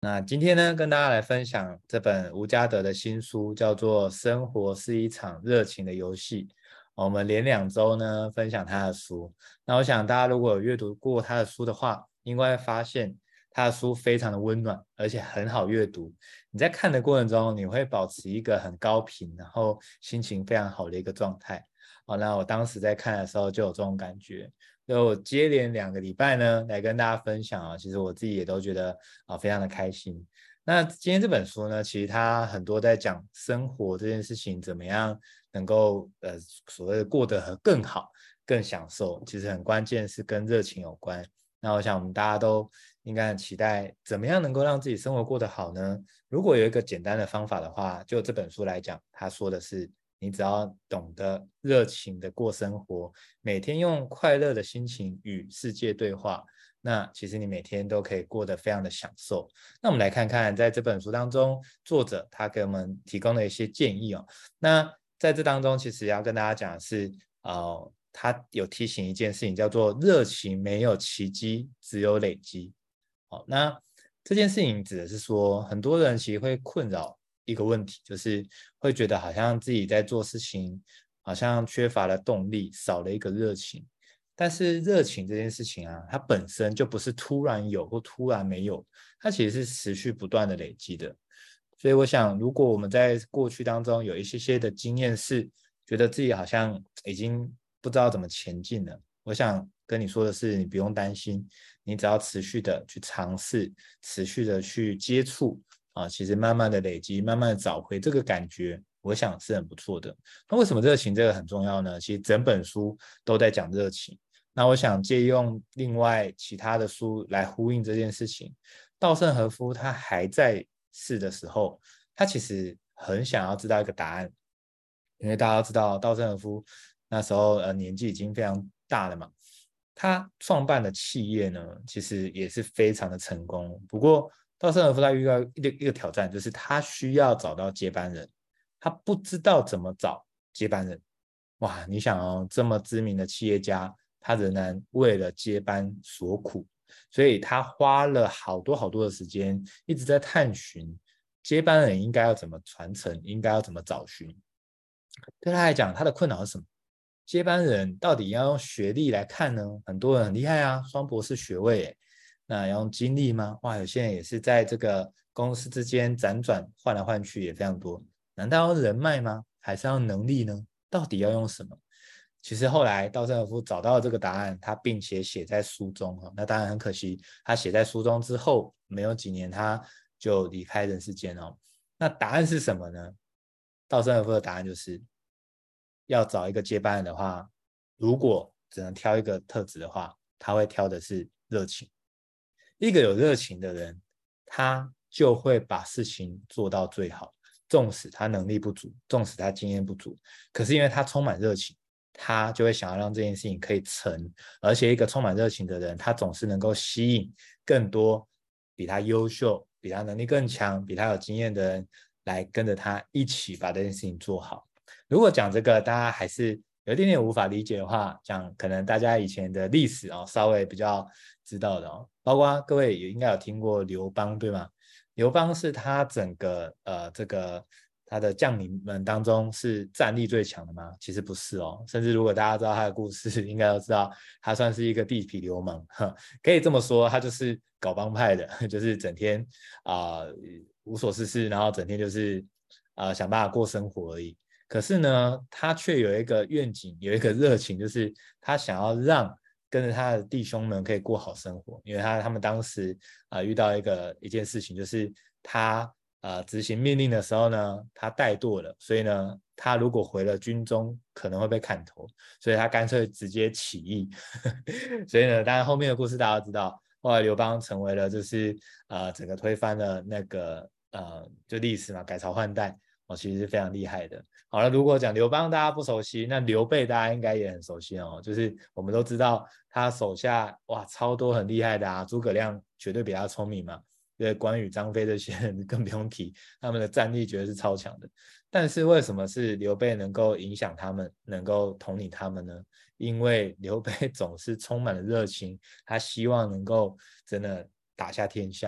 那今天呢，跟大家来分享这本吴家德的新书，叫做《生活是一场热情的游戏》。我们连2周呢分享他的书。那我想大家如果有阅读过他的书的话，应该会发现他的书非常的温暖，而且很好阅读。你在看的过程中，你会保持一个很高频，然后心情非常好的一个状态。那我当时在看的时候就有这种感觉。所以我接连2个礼拜呢，来跟大家分享其实我自己也都觉得非常的开心。那今天这本书呢，其实它很多在讲生活这件事情怎么样能够所谓的过得更好、更享受，其实很关键是跟热情有关。那我想我们大家都应该很期待，怎么样能够让自己生活过得好呢？如果有一个简单的方法的话，就这本书来讲，他说的是你只要懂得热情的过生活，每天用快乐的心情与世界对话，那其实你每天都可以过得非常的享受。那我们来看看在这本书当中，作者他给我们提供的一些建议那在这当中其实要跟大家讲的是他有提醒一件事情，叫做热情没有奇迹，只有累积。那这件事情指的是说，很多人其实会困扰一个问题，就是会觉得好像自己在做事情好像缺乏了动力，少了一个热情。但是热情这件事情它本身就不是突然有或突然没有，它其实是持续不断的累积的。所以我想，如果我们在过去当中有一些的经验是觉得自己好像已经不知道怎么前进了，我想跟你说的是，你不用担心，你只要持续的去尝试，持续的去接触其实慢慢的累积，慢慢的找回这个感觉，我想是很不错的。那为什么热情这个很重要呢？其实整本书都在讲热情。那我想借用另外其他的书来呼应这件事情。稻盛和夫他还在世的时候，他其实很想要知道一个答案，因为大家都知道稻盛和夫那时候年纪已经非常大了嘛，他创办的企业呢，其实也是非常的成功。不过稻盛和夫他遇到一个挑战，就是他需要找到接班人，他不知道怎么找接班人。哇，你想这么知名的企业家，他仍然为了接班所苦，所以他花了好多好多的时间，一直在探寻接班人应该要怎么传承，应该要怎么找寻。对他来讲，他的困扰是什么？接班人到底要用学历来看呢？很多人很厉害双博士学位耶，那要用经历吗？哇，有些人也是在这个公司之间辗转换来换去也非常多。难道要人脉吗？还是要能力呢？到底要用什么？其实后来稻盛和夫找到了这个答案，他并且写在书中那当然很可惜，他写在书中之后没有几年他就离开人世间那答案是什么呢？稻盛和夫的答案就是要找一个接班人的话，如果只能挑一个特质的话，他会挑的是热情。一个有热情的人，他就会把事情做到最好，纵使他能力不足，纵使他经验不足，可是因为他充满热情，他就会想要让这件事情可以成。而且一个充满热情的人，他总是能够吸引更多比他优秀、比他能力更强、比他有经验的人来跟着他一起把这件事情做好。如果讲这个大家还是有一点点无法理解的话，讲可能大家以前的历史稍微比较知道的包括各位也应该有听过刘邦对吗？刘邦是他整个这个他的将领们当中是战力最强的吗？其实不是甚至如果大家知道他的故事，应该都知道他算是一个地痞流氓，可以这么说，他就是搞帮派的，就是整天无所事事，然后整天就是想办法过生活而已。可是呢，他却有一个愿景，有一个热情，就是他想要让跟着他的弟兄们可以过好生活。因为他们当时遇到一件事情，就是他执行命令的时候呢，他怠惰了，所以呢，他如果回了军中，可能会被砍头，所以他干脆直接起义。所以呢，当然后面的故事大家都知道，后来刘邦成为了就是整个推翻了那个就历史嘛，改朝换代。其实是非常厉害的。好了，如果讲刘邦大家不熟悉，那刘备大家应该也很熟悉就是我们都知道他手下哇超多很厉害的诸葛亮绝对比他聪明嘛，对，关羽、张飞这些人更不用提，他们的战力绝对是超强的。但是为什么是刘备能够影响他们，能够统领他们呢？因为刘备总是充满了热情，他希望能够真的打下天下。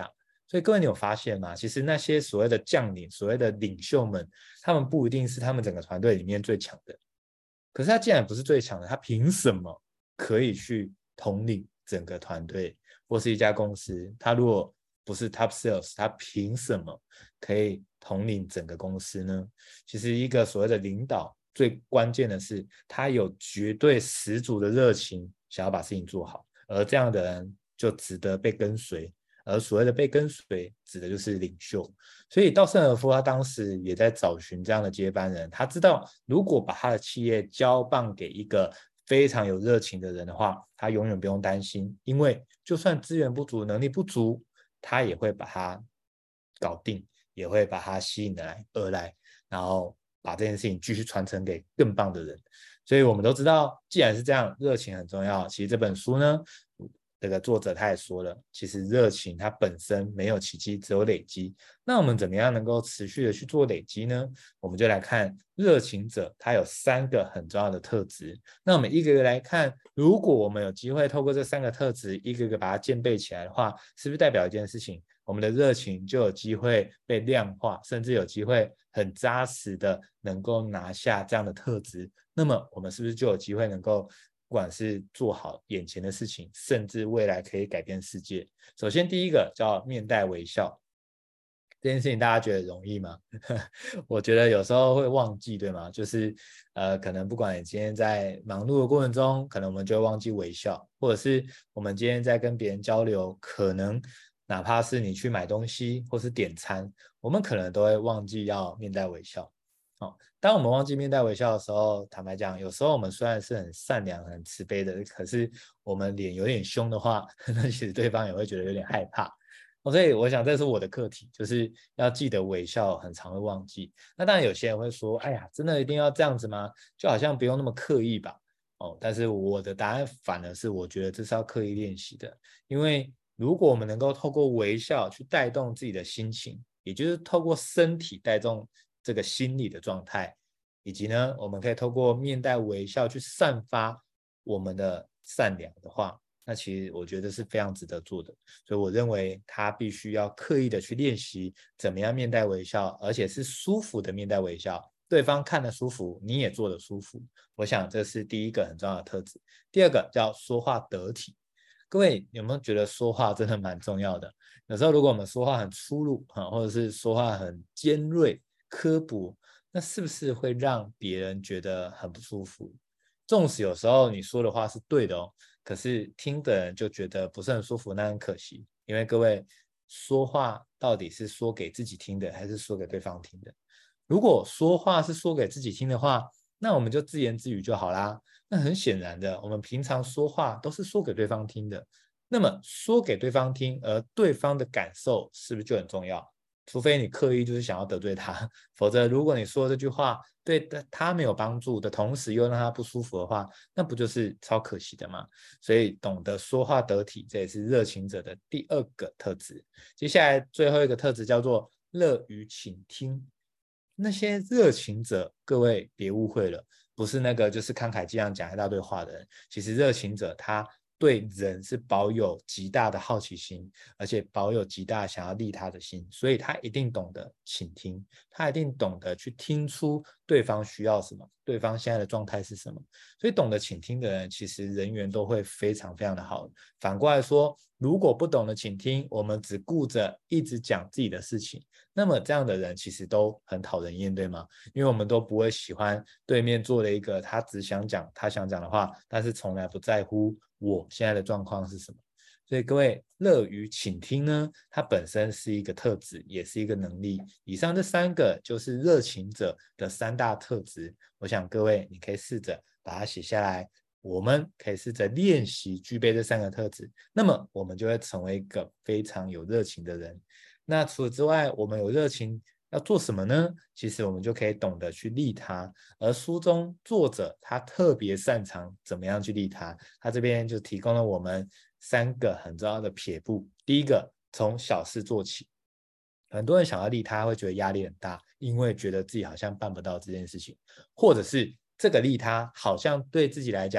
所以各位你有发现吗？其实那些所谓的将领、所谓的领袖们，他们不一定是他们整个团队里面最强的。可是他既然不是最强的，他凭什么可以去统领整个团队或是一家公司？他如果不是 top sales， 他凭什么可以统领整个公司呢？其实一个所谓的领导，最关键的是他有绝对十足的热情，想要把事情做好，而这样的人就值得被跟随。而所谓的被跟随，指的就是领袖。所以稻盛和夫他当时也在找寻这样的接班人，他知道如果把他的企业交棒给一个非常有热情的人的话，他永远不用担心，因为就算资源不足、能力不足，他也会把它搞定，也会把它吸引而来，然后把这件事情继续传承给更棒的人。所以我们都知道，既然是这样，热情很重要。其实这本书呢，这个作者他也说了，其实热情它本身没有奇迹，只有累积。那我们怎么样能够持续的去做累积呢？我们就来看热情者，他有3个很重要的特质。那我们一个一个来看，如果我们有机会透过这3个特质，一个一个把它建备起来的话，是不是代表一件事情？我们的热情就有机会被量化，甚至有机会很扎实的能够拿下这样的特质。那么我们是不是就有机会能够不管是做好眼前的事情，甚至未来可以改变世界？首先第一个叫面带微笑，这件事情大家觉得容易吗？我觉得有时候会忘记，对吗？就是可能不管你今天在忙碌的过程中，可能我们就会忘记微笑，或者是我们今天在跟别人交流，可能哪怕是你去买东西或是点餐，我们可能都会忘记要面带微笑。当我们忘记面带微笑的时候，坦白讲，有时候我们虽然是很善良、很慈悲的，可是我们脸有点凶的话，那其实对方也会觉得有点害怕。所以我想这是我的课题，就是要记得微笑，很常会忘记。那当然有些人会说，哎呀，真的一定要这样子吗？就好像不用那么刻意吧。但是我的答案反而是，我觉得这是要刻意练习的。因为如果我们能够透过微笑去带动自己的心情，也就是透过身体带动这个心理的状态，以及呢，我们可以透过面带微笑去散发我们的善良的话，那其实我觉得是非常值得做的。所以我认为他必须要刻意的去练习怎么样面带微笑，而且是舒服的面带微笑，对方看得舒服，你也做得舒服。我想这是第一个很重要的特质。第二个叫说话得体。各位有没有觉得说话真的蛮重要的？有时候如果我们说话很粗鲁或者是说话很尖锐、刻薄，那是不是会让别人觉得很不舒服？纵使有时候你说的话是对的哦，可是听的人就觉得不是很舒服，那很可惜。因为各位说话到底是说给自己听的，还是说给对方听的？如果说话是说给自己听的话，那我们就自言自语就好啦。那很显然的，我们平常说话都是说给对方听的。那么说给对方听，而对方的感受是不是就很重要？除非你刻意就是想要得罪他，否则如果你说这句话对他没有帮助的同时又让他不舒服的话，那不就是超可惜的吗？所以懂得说话得体，这也是热情者的第二个特质。接下来最后一个特质叫做乐于倾听。那些热情者，各位别误会了，不是那个就是慷慨激昂讲一大堆话的人。其实热情者他对人是保有极大的好奇心，而且保有极大想要利他的心，所以他一定懂得倾听，他一定懂得去听出对方需要什么，对方现在的状态是什么。所以懂得倾听的人，其实人缘都会非常非常的好。反过来说，如果不懂得倾听，我们只顾着一直讲自己的事情，那么这样的人其实都很讨人厌，对吗？因为我们都不会喜欢对面做了一个他只想讲他想讲的话，但是从来不在乎我现在的状况是什么。所以各位，乐于倾听呢，它本身是一个特质，也是一个能力。以上这3个就是热情者的3大特质。我想各位，你可以试着把它写下来。我们可以试着练习具备这3个特质，那么我们就会成为一个非常有热情的人。那除此之外，我们有热情要做什么呢？其实我们就可以懂得去利他。而书中作者他特别擅长怎么样去利他，他这边就提供了我们3个很重要的撇步。第一个，从小事做起。很多人想要利他会觉得压力很大，因为觉得自己好像办不到这件事情，或者是这个利他好像对自己来讲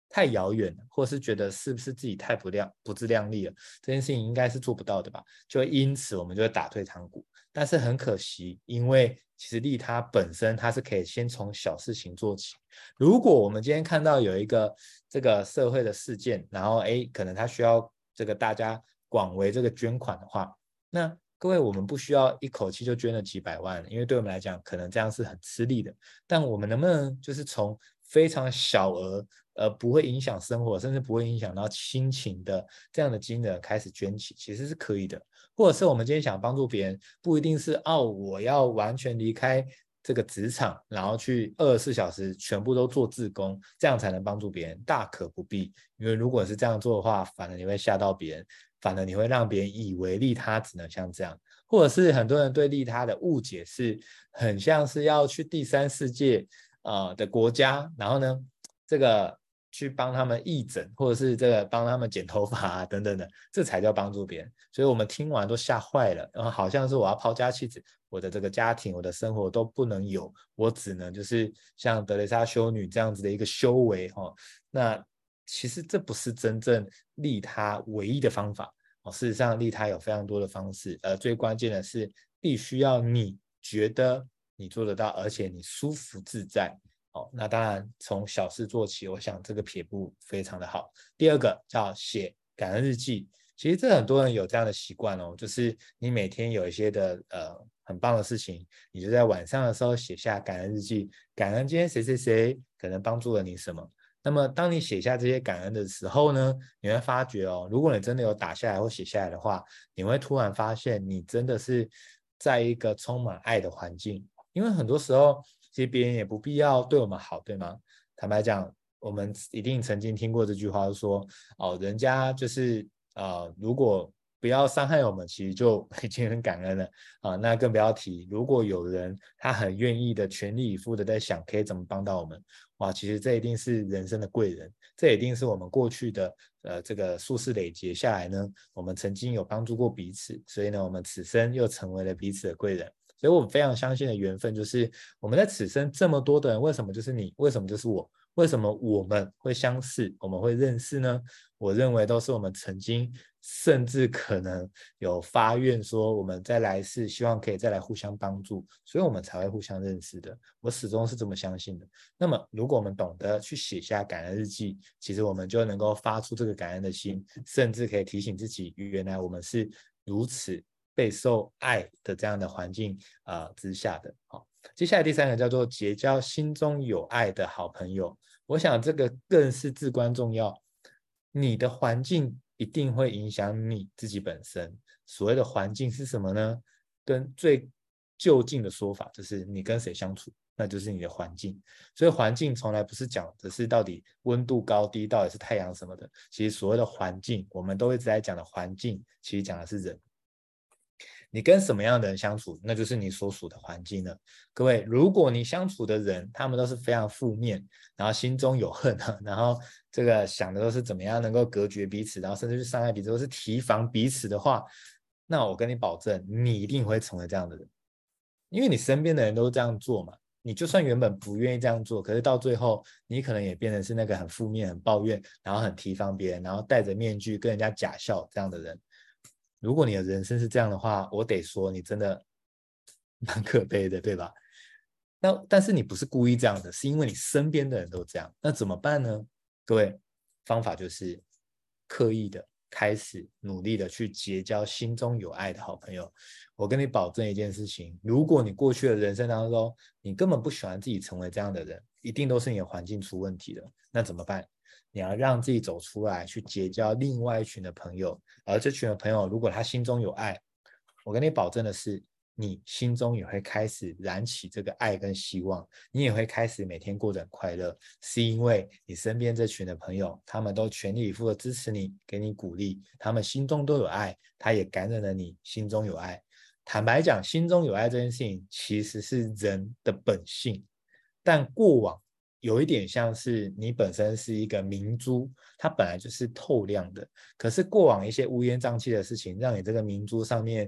太遥远了，或是觉得是不是自己太不自量力了，这件事情应该是做不到的吧，就因此我们就会打退堂鼓。但是很可惜，因为其实利他本身它是可以先从小事情做起。如果我们今天看到有一个这个社会的事件，然后可能它需要这个大家广为这个捐款的话，那各位我们不需要一口气就捐了几百万，因为对我们来讲可能这样是很吃力的。但我们能不能就是从非常小额不会影响生活，甚至不会影响到亲情的这样的金额开始捐起，其实是可以的。或者是我们今天想帮助别人，不一定是我要完全离开这个职场，然后去24小时全部都做志工，这样才能帮助别人，大可不必。因为如果是这样做的话，反而你会吓到别人，反而你会让别人以为利他只能像这样。或者是很多人对利他的误解是很像是要去第三世界的国家，然后呢这个去帮他们义诊，或者是这个帮他们剪头发等等的，这才叫帮助别人。所以我们听完都吓坏了，然后好像是我要抛家弃子，我的这个家庭我的生活都不能有，我只能就是像德蕾莎修女这样子的一个修为那其实这不是真正利他唯一的方法事实上利他有非常多的方式，最关键的是必须要你觉得你做得到，而且你舒服自在那当然从小事做起，我想这个撇步非常的好。第二个叫写感恩日记，其实这很多人有这样的习惯就是你每天有一些的很棒的事情，你就在晚上的时候写下感恩日记，感恩今天谁谁谁可能帮助了你什么。那么当你写下这些感恩的时候呢，你会发觉如果你真的有打下来或写下来的话，你会突然发现你真的是在一个充满爱的环境。因为很多时候其实别人也不必要对我们好，对吗？坦白讲，我们一定曾经听过这句话说人家就是如果不要伤害我们，其实就已经很感恩了那更不要提如果有人他很愿意的全力以赴的在想可以怎么帮到我们，哇，其实这一定是人生的贵人，这一定是我们过去的这个数世累劫下来呢，我们曾经有帮助过彼此，所以呢我们此生又成为了彼此的贵人。所以我非常相信的缘分就是我们在此生这么多的人，为什么就是你，为什么就是我，为什么我们会相识，我们会认识呢？我认为都是我们曾经甚至可能有发愿说我们在来世希望可以再来互相帮助，所以我们才会互相认识的。我始终是这么相信的。那么如果我们懂得去写下感恩日记，其实我们就能够发出这个感恩的心，甚至可以提醒自己原来我们是如此备受爱的这样的环境之下的。接下来第三个叫做结交心中有爱的好朋友，我想这个更是至关重要。你的环境一定会影响你自己本身。所谓的环境是什么呢？跟最就近的说法就是你跟谁相处，那就是你的环境。所以环境从来不是讲的是到底温度高低，到底是太阳什么的。其实所谓的环境，我们都一直在讲的环境，其实讲的是人。你跟什么样的人相处，那就是你所属的环境了。各位，如果你相处的人他们都是非常负面，然后心中有恨然后这个想的都是怎么样能够隔绝彼此，然后甚至去伤害彼此，或是提防彼此的话，那我跟你保证，你一定会成为这样的人。因为你身边的人都这样做嘛，你就算原本不愿意这样做，可是到最后你可能也变成是那个很负面、很抱怨，然后很提防别人，然后戴着面具跟人家假笑这样的人。如果你的人生是这样的话，我得说你真的蛮可悲的，对吧？但是你不是故意这样的，是因为你身边的人都这样，那怎么办呢？各位，方法就是刻意的开始努力的去结交心中有爱的好朋友。我跟你保证一件事情，如果你过去的人生当中，你根本不喜欢自己成为这样的人，一定都是你的环境出问题了，那怎么办？你要让自己走出来，去结交另外一群的朋友，而这群的朋友，如果他心中有爱，我跟你保证的是，你心中也会开始燃起这个爱跟希望，你也会开始每天过得很快乐，是因为你身边这群的朋友，他们都全力以赴的支持你，给你鼓励，他们心中都有爱，他也感染了你心中有爱。坦白讲，心中有爱这件事情其实是人的本性，但过往有一点像是你本身是一个明珠，它本来就是透亮的，可是过往一些乌烟瘴气的事情，让你这个明珠上面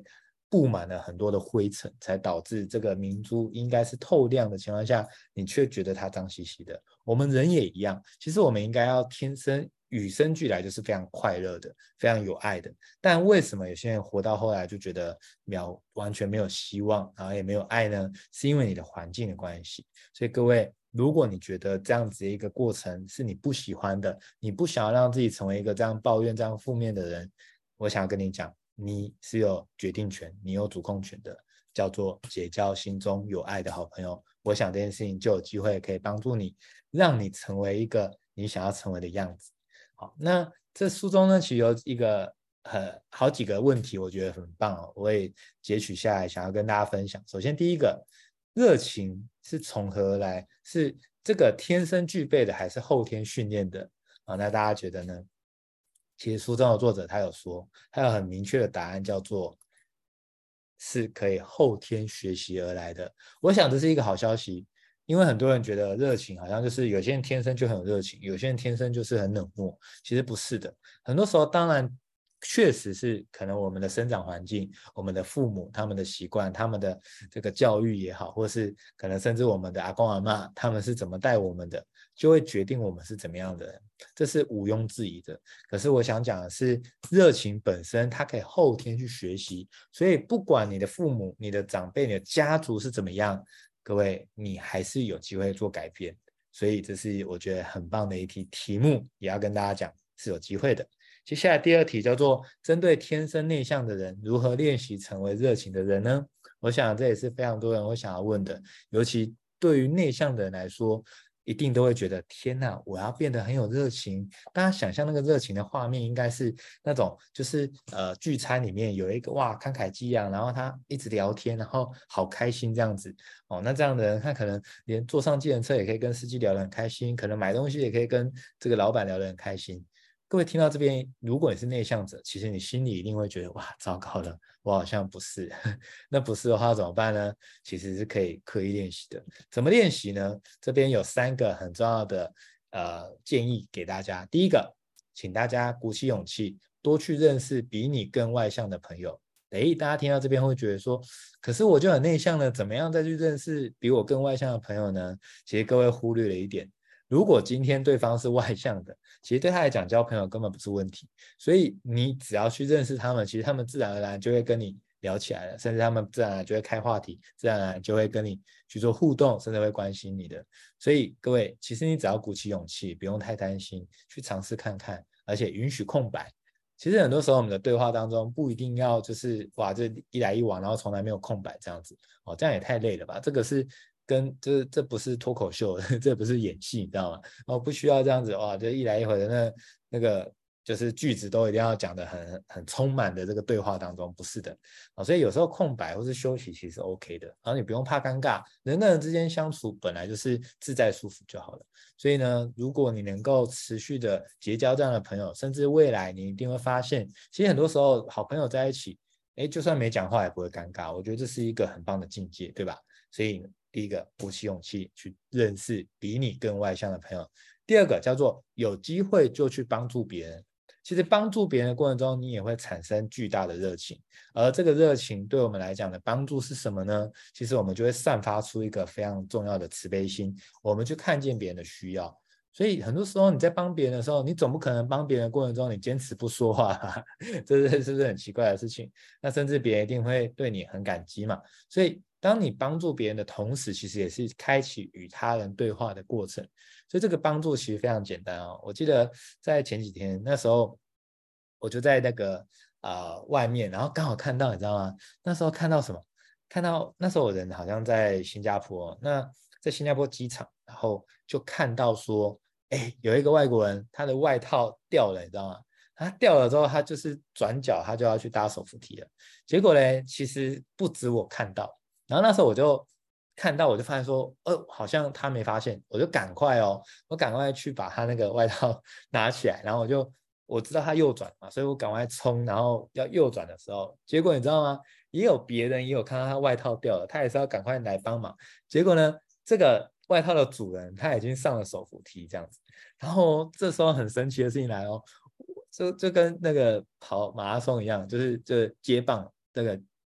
布满了很多的灰尘，才导致这个明珠应该是透亮的情况下，你却觉得它脏兮兮的。我们人也一样，其实我们应该要天生与生俱来就是非常快乐的，非常有爱的。但为什么有些人活到后来就觉得完全没有希望，然后也没有爱呢？是因为你的环境的关系。所以各位，如果你觉得这样子的一个过程是你不喜欢的，你不想要让自己成为一个这样抱怨、这样负面的人，我想要跟你讲，你是有决定权，你有主控权的，叫做结交心中有爱的好朋友。我想这件事情就有机会可以帮助你，让你成为一个你想要成为的样子。好，那这书中呢，其实有一个好几个问题，我觉得很棒哦，我也截取下来，想要跟大家分享。首先，第一个，热情是从何而来？是这个天生具备的，还是后天训练的？啊，那大家觉得呢？其实书中的作者他有说，他有很明确的答案，叫做是可以后天学习而来的。我想这是一个好消息，因为很多人觉得热情好像就是有些人天生就很有热情，有些人天生就是很冷漠，其实不是的。很多时候当然确实是可能我们的生长环境、我们的父母他们的习惯、他们的这个教育也好，或是可能甚至我们的阿公阿嬷他们是怎么带我们的，就会决定我们是怎么样的人，这是毋庸置疑的。可是我想讲的是，热情本身它可以后天去学习，所以不管你的父母、你的长辈、你的家族是怎么样，各位你还是有机会做改变。所以这是我觉得很棒的一题目，也要跟大家讲是有机会的。接下来第二题叫做针对天生内向的人，如何练习成为热情的人呢？我想这也是非常多人会想要问的，尤其对于内向的人来说，一定都会觉得天哪，我要变得很有热情。大家想象那个热情的画面，应该是那种就是聚餐里面有一个哇慷慨激昂，然后他一直聊天，然后好开心这样子哦。那这样的人，他可能连坐上计程车也可以跟司机聊得很开心，可能买东西也可以跟这个老板聊得很开心。各位听到这边，如果你是内向者，其实你心里一定会觉得哇，糟糕了，我好像不是。那不是的话怎么办呢？其实是可以刻意练习的。怎么练习呢？这边有3个很重要的建议给大家。第一个，请大家鼓起勇气，多去认识比你更外向的朋友。诶，大家听到这边会觉得说，可是我就很内向了，怎么样再去认识比我更外向的朋友呢？其实各位忽略了一点，如果今天对方是外向的，其实对他来讲交朋友根本不是问题，所以你只要去认识他们，其实他们自然而然就会跟你聊起来了，甚至他们自然而然就会开话题，自然而然就会跟你去做互动，甚至会关心你的。所以各位，其实你只要鼓起勇气，不用太担心，去尝试看看，而且允许空白。其实很多时候我们的对话当中不一定要就是哇这一来一往，然后从来没有空白这样子哦，这样也太累了吧？这个是这不是脱口秀，这不是演戏，你知道吗？哦，不需要这样子哇，这一来一回的那个就是句子都一定要讲的很充满的这个对话当中，不是的哦，所以有时候空白或是休息其实 OK 的，然后你不用怕尴尬，人跟人之间相处本来就是自在舒服就好了。所以呢，如果你能够持续的结交这样的朋友，甚至未来你一定会发现，其实很多时候好朋友在一起，就算没讲话也不会尴尬，我觉得这是一个很棒的境界，对吧？所以第一个，鼓起勇气去认识比你更外向的朋友；第二个叫做有机会就去帮助别人。其实帮助别人的过程中，你也会产生巨大的热情，而这个热情对我们来讲的帮助是什么呢？其实我们就会散发出一个非常重要的慈悲心，我们去看见别人的需要。所以很多时候你在帮别人的时候，你总不可能帮别人的过程中你坚持不说话吧，这是不是很奇怪的事情？那甚至别人一定会对你很感激嘛。所以当你帮助别人的同时，其实也是开启与他人对话的过程。所以这个帮助其实非常简单哦。我记得在前几天那时候，我就在那个外面，然后刚好看到，你知道吗？那时候看到什么？看到那时候我人好像在新加坡，那在新加坡机场，然后就看到说，有一个外国人他的外套掉了，你知道吗？他掉了之后，他就是转角，他就要去搭手扶梯了。结果呢，其实不止我看到，然后那时候我就看到，我就发现说，好像他没发现，我就赶快我赶快去把他那个外套拿起来，然后我知道他右转嘛，所以我赶快冲，然后要右转的时候，结果你知道吗？也有别人也有看到他外套掉了，他也是要赶快来帮忙。结果呢，这个外套的主人他已经上了手扶梯这样子，然后这时候很神奇的事情来就跟那个跑马拉松一样，就是接棒这个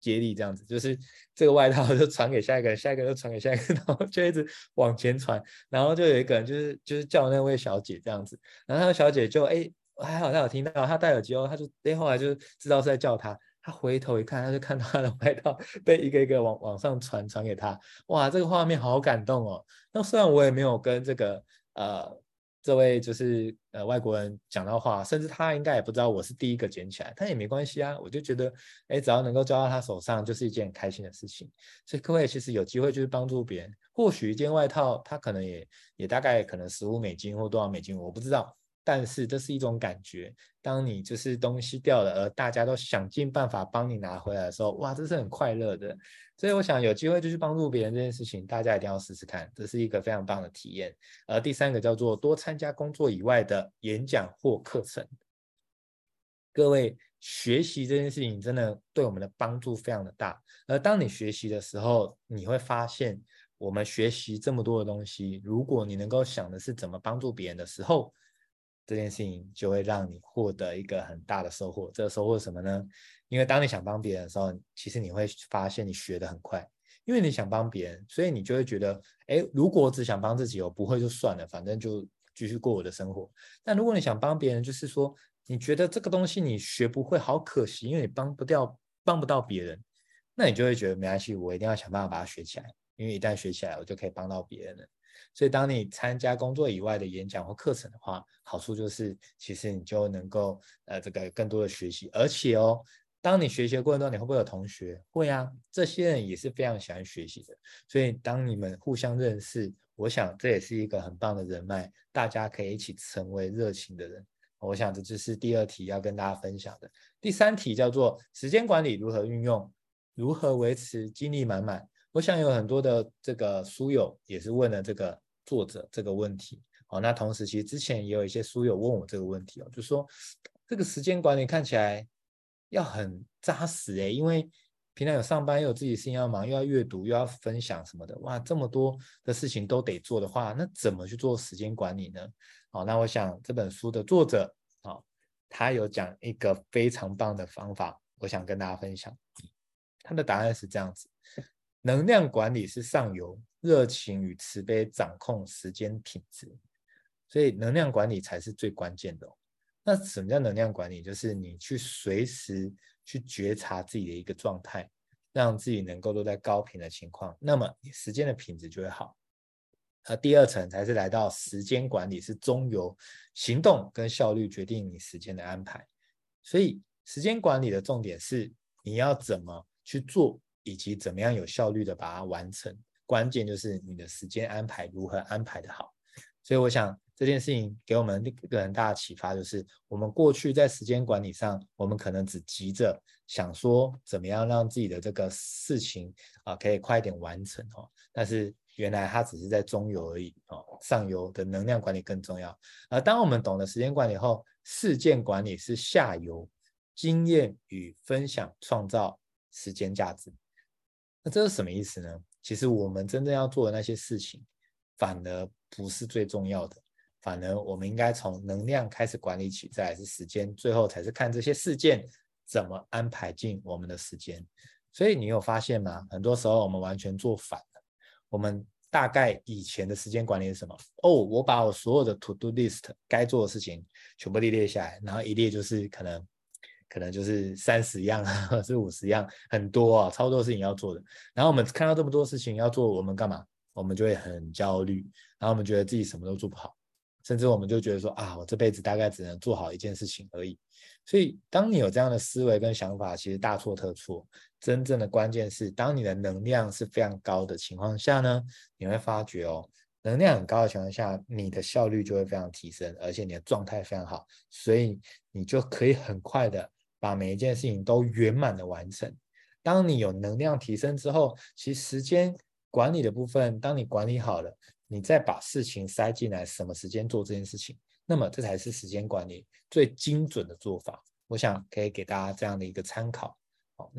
接力这样子，就是这个外套就传给下一个人，下一个就传给下一个人，然后就一直往前传，然后就有一个人就是叫那位小姐这样子，然后那个小姐就还好她有听到，她戴耳机哦，她就后来就知道是在叫她。他回头一看，他就看到他的外套被一个一个往上传给他，哇，这个画面好感动哦。那虽然我也没有跟这位就是外国人讲到话，甚至他应该也不知道我是第一个捡起来，但也没关系啊。我就觉得，只要能够交到他手上，就是一件很开心的事情。所以各位其实有机会就是帮助别人，或许一件外套，他可能也大概可能$15或多少美金，我不知道。但是这是一种感觉，当你就是东西掉了，而大家都想尽办法帮你拿回来的时候，哇，这是很快乐的。所以我想有机会就去帮助别人这件事情，大家一定要试试看，这是一个非常棒的体验。而第三个叫做多参加工作以外的演讲或课程。各位，学习这件事情真的对我们的帮助非常的大。而当你学习的时候，你会发现，我们学习这么多的东西，如果你能够想的是怎么帮助别人的时候，这件事情就会让你获得一个很大的收获。这个收获是什么呢？因为当你想帮别人的时候，其实你会发现你学得很快，因为你想帮别人，所以你就会觉得，如果我只想帮自己，我不会就算了，反正就继续过我的生活。但如果你想帮别人，就是说你觉得这个东西你学不会，好可惜，因为你帮不到别人，那你就会觉得没关系，我一定要想办法把它学起来，因为一旦学起来，我就可以帮到别人了。所以当你参加工作以外的演讲或课程的话，好处就是其实你就能够这个更多的学习，而且当你学习的过程中，你会不会有同学？会啊，这些人也是非常喜欢学习的。所以当你们互相认识，我想这也是一个很棒的人脉，大家可以一起成为热情的人。我想这就是第二题要跟大家分享的。第三题叫做时间管理如何运用，如何维持精力满满。我想有很多的这个书友也是问了这个作者这个问题。那同时其实之前也有一些书友问我这个问题，就说这个时间管理看起来要很扎实因为平常有上班又有自己事情要忙，又要阅读又要分享什么的，哇，这么多的事情都得做的话，那怎么去做时间管理呢？那我想这本书的作者他有讲一个非常棒的方法，我想跟大家分享。他的答案是这样子：能量管理是上游，热情与慈悲掌控时间品质。所以能量管理才是最关键的那什么叫能量管理？就是你去随时去觉察自己的一个状态，让自己能够都在高频的情况，那么你时间的品质就会好。第二层才是来到时间管理，是中游，行动跟效率决定你时间的安排。所以时间管理的重点是你要怎么去做，以及怎么样有效率的把它完成。关键就是你的时间安排如何安排的好。所以我想这件事情给我们一个很大的启发，就是我们过去在时间管理上，我们可能只急着想说怎么样让自己的这个事情可以快一点完成但是原来它只是在中游而已上游的能量管理更重要。而当我们懂得时间管理后，事件管理是下游，经验与分享创造时间价值。那这是什么意思呢？其实我们真正要做的那些事情，反而不是最重要的，反而我们应该从能量开始管理起，再来是时间，最后才是看这些事件怎么安排进我们的时间。所以你有发现吗？很多时候我们完全做反了。我们大概以前的时间管理是什么？我把我所有的 to do list 该做的事情全部列下来，然后一列就是可能就是30样或是50样，很多超多事情要做的。然后我们看到这么多事情要做，我们干嘛？我们就会很焦虑，然后我们觉得自己什么都做不好，甚至我们就觉得说我这辈子大概只能做好一件事情而已。所以当你有这样的思维跟想法，其实大错特错。真正的关键是，当你的能量是非常高的情况下呢，你会发觉能量很高的情况下，你的效率就会非常提升，而且你的状态非常好，所以你就可以很快的把每一件事情都圆满的完成。当你有能量提升之后，其实时间管理的部分，当你管理好了，你再把事情塞进来，什么时间做这件事情，那么这才是时间管理最精准的做法。我想可以给大家这样的一个参考。那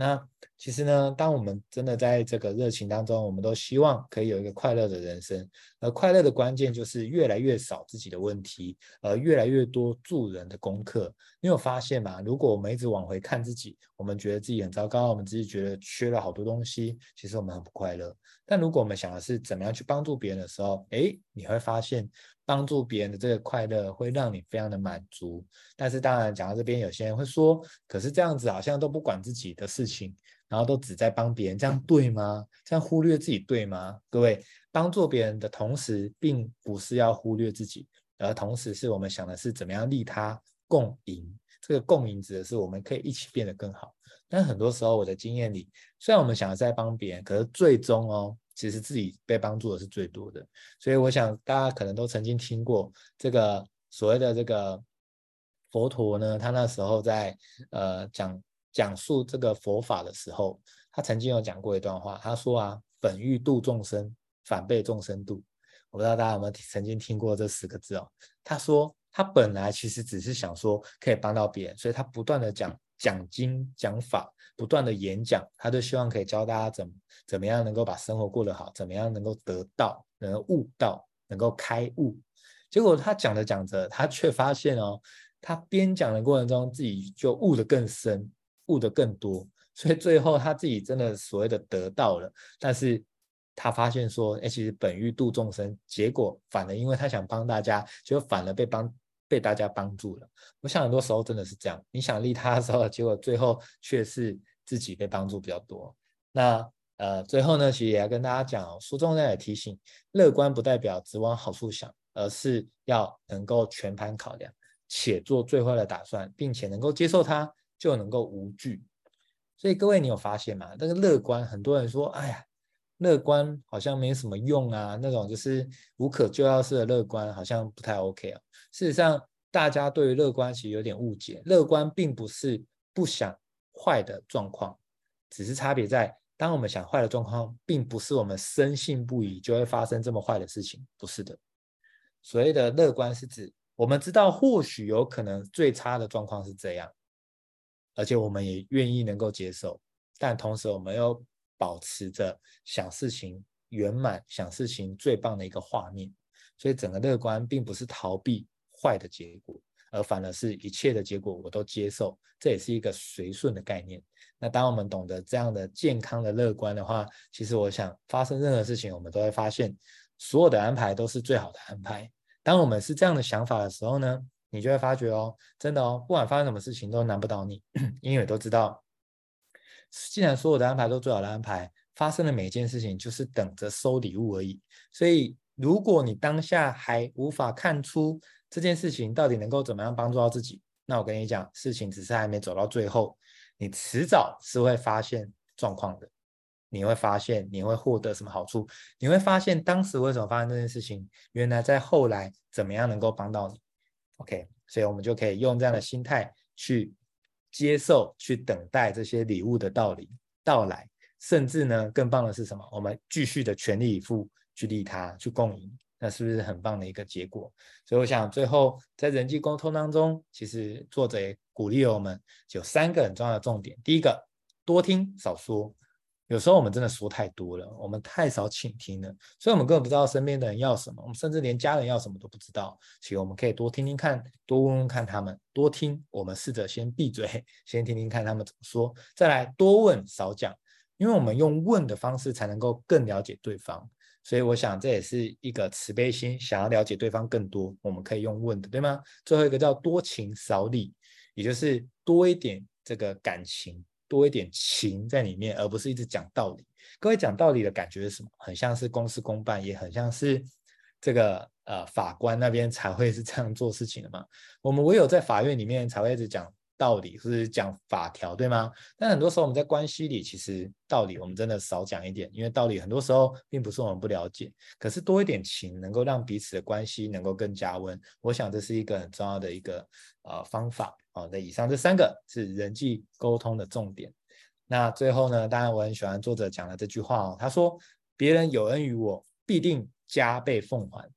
其实呢，当我们真的在这个热情当中，我们都希望可以有一个快乐的人生，而快乐的关键就是越来越少自己的问题，越来越多助人的功课。你有发现吗？如果我们一直往回看自己，我们觉得自己很糟糕，我们自己觉得缺了好多东西，其实我们很不快乐。但如果我们想的是怎么样去帮助别人的时候，你会发现帮助别人的这个快乐会让你非常的满足。但是当然讲到这边，有些人会说，可是这样子好像都不管自己的事情，然后都只在帮别人，这样对吗？这样忽略自己对吗？各位，帮助别人的同时，并不是要忽略自己，而同时是我们想的是怎么样利他共赢。这个共赢指的是我们可以一起变得更好。但很多时候我的经验里，虽然我们想的是在帮别人，可是最终其实自己被帮助的是最多的。所以我想大家可能都曾经听过这个所谓的这个佛陀呢，他那时候在讲述这个佛法的时候，他曾经有讲过一段话，他说啊，本欲度众生，反被众生度。我不知道大家有没有曾经听过这4个字哦。他说他本来其实只是想说可以帮到别人，所以他不断的讲经讲法，不断的演讲，他就希望可以教大家怎么样能够把生活过得好，怎么样能够得到，能够悟到，能够开悟。结果他讲着讲着，他却发现他边讲的过程中，自己就悟得更深，悟得更多，所以最后他自己真的所谓的得到了，但是他发现说，其实本欲度众生，结果反而因为他想帮大家，结果反而被大家帮助了。我想很多时候真的是这样，你想利他的时候，结果最后却是自己被帮助比较多。那最后呢，其实也要跟大家讲书中也提醒，乐观不代表只往好处想，而是要能够全盘考量，且做最坏的打算，并且能够接受它，就能够无惧。所以各位，你有发现吗？那个乐观，很多人说，哎呀，乐观好像没什么用啊，那种就是无可救药式的乐观，好像不太 OK 啊。事实上，大家对于乐观其实有点误解，乐观并不是不想坏的状况，只是差别在，当我们想坏的状况，并不是我们深信不疑就会发生这么坏的事情，不是的。所谓的乐观是指，我们知道或许有可能最差的状况是这样，而且我们也愿意能够接受，但同时我们又保持着想事情圆满、想事情最棒的一个画面。所以整个乐观并不是逃避坏的结果，而反而是一切的结果我都接受，这也是一个随顺的概念。那当我们懂得这样的健康的乐观的话，其实我想发生任何事情，我们都会发现所有的安排都是最好的安排。当我们是这样的想法的时候呢，你就会发觉真的不管发生什么事情都难不倒你，因为都知道，既然所有的安排都最好的安排，发生的每一件事情就是等着收礼物而已。所以，如果你当下还无法看出这件事情到底能够怎么样帮助到自己，那我跟你讲，事情只是还没走到最后，你迟早是会发现状况的。你会发现你会获得什么好处，你会发现当时为什么发生这件事情，原来在后来怎么样能够帮到你。OK，所以我们就可以用这样的心态去接受、去等待这些礼物的到来，甚至呢，更棒的是什么？我们继续的全力以赴去利他、去共赢，那是不是很棒的一个结果？所以我想最后在人际沟通当中，其实作者也鼓励了我们有3个很重要的重点。第一个，多听少说。有时候我们真的说太多了，我们太少倾听了，所以我们根本不知道身边的人要什么，我们甚至连家人要什么都不知道。其实我们可以多听听看，多问问看他们，多听，我们试着先闭嘴，先听听看他们怎么说，再来多问少讲，因为我们用问的方式才能够更了解对方。所以我想这也是一个慈悲心，想要了解对方更多，我们可以用问的，对吗？最后一个叫多情少理，也就是多一点这个感情。多一点情在里面，而不是一直讲道理。各位讲道理的感觉是什么？很像是公事公办，也很像是这个法官那边才会是这样做事情的嘛。我们唯有在法院里面才会一直讲道理，或者讲法条，对吗？但很多时候我们在关系里，其实道理我们真的少讲一点，因为道理很多时候并不是我们不了解，可是多一点情，能够让彼此的关系能够更加温。我想这是一个很重要的一个方法。好的，以上这3个是人际沟通的重点。那最后呢，当然我很喜欢作者讲的这句话他说：“别人有恩于我，必定加倍奉还。”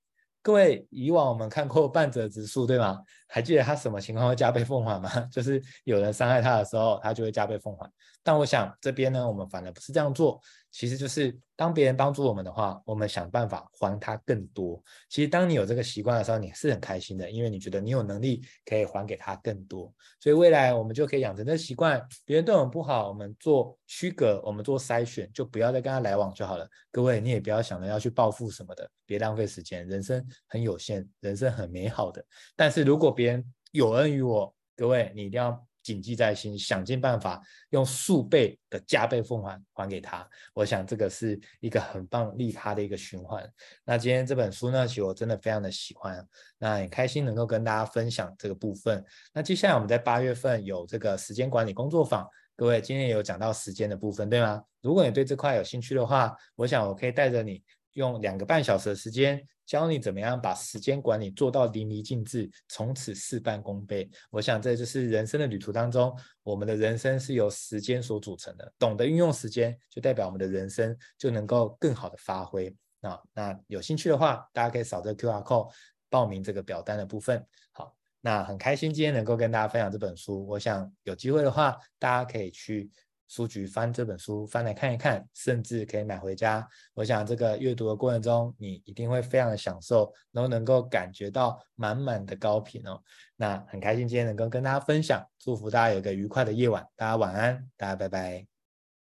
各位以往我们看过半泽直树，对吗？还记得他什么情况会加倍奉还吗？就是有人伤害他的时候，他就会加倍奉还。但我想这边呢，我们反而不是这样做，其实就是当别人帮助我们的话，我们想办法还他更多。其实当你有这个习惯的时候，你是很开心的，因为你觉得你有能力可以还给他更多。所以未来我们就可以养成这个习惯，别人对我们不好，我们做区隔，我们做筛选，就不要再跟他来往就好了。各位，你也不要想着要去报复什么的，别浪费时间，人生很有限，人生很美好的。但是如果别人有恩于我，各位你一定要谨记在心，想尽办法用数倍的加倍奉还还给他。我想这个是一个很棒利他的一个循环。那今天这本书呢，其实我真的非常的喜欢，那很开心能够跟大家分享这个部分。那接下来我们在8月份有这个时间管理工作坊，各位今天也有讲到时间的部分，对吗？如果你对这块有兴趣的话，我想我可以带着你用2个半小时的时间，教你怎么样把时间管理做到淋漓尽致，从此事半功倍。我想这就是人生的旅途当中，我们的人生是由时间所组成的，懂得运用时间，就代表我们的人生就能够更好的发挥。那有兴趣的话，大家可以扫这个 QR code 报名这个表单的部分。好，那很开心今天能够跟大家分享这本书，我想有机会的话，大家可以去书局翻这本书，翻来看一看，甚至可以买回家。我想这个阅读的过程中，你一定会非常的享受，然后能够感觉到满满的高频哦。那很开心今天能够跟大家分享，祝福大家有一个愉快的夜晚，大家晚安，大家拜拜，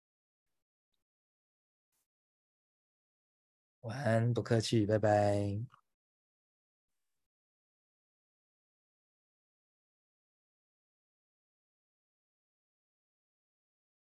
晚安，不客气，拜拜。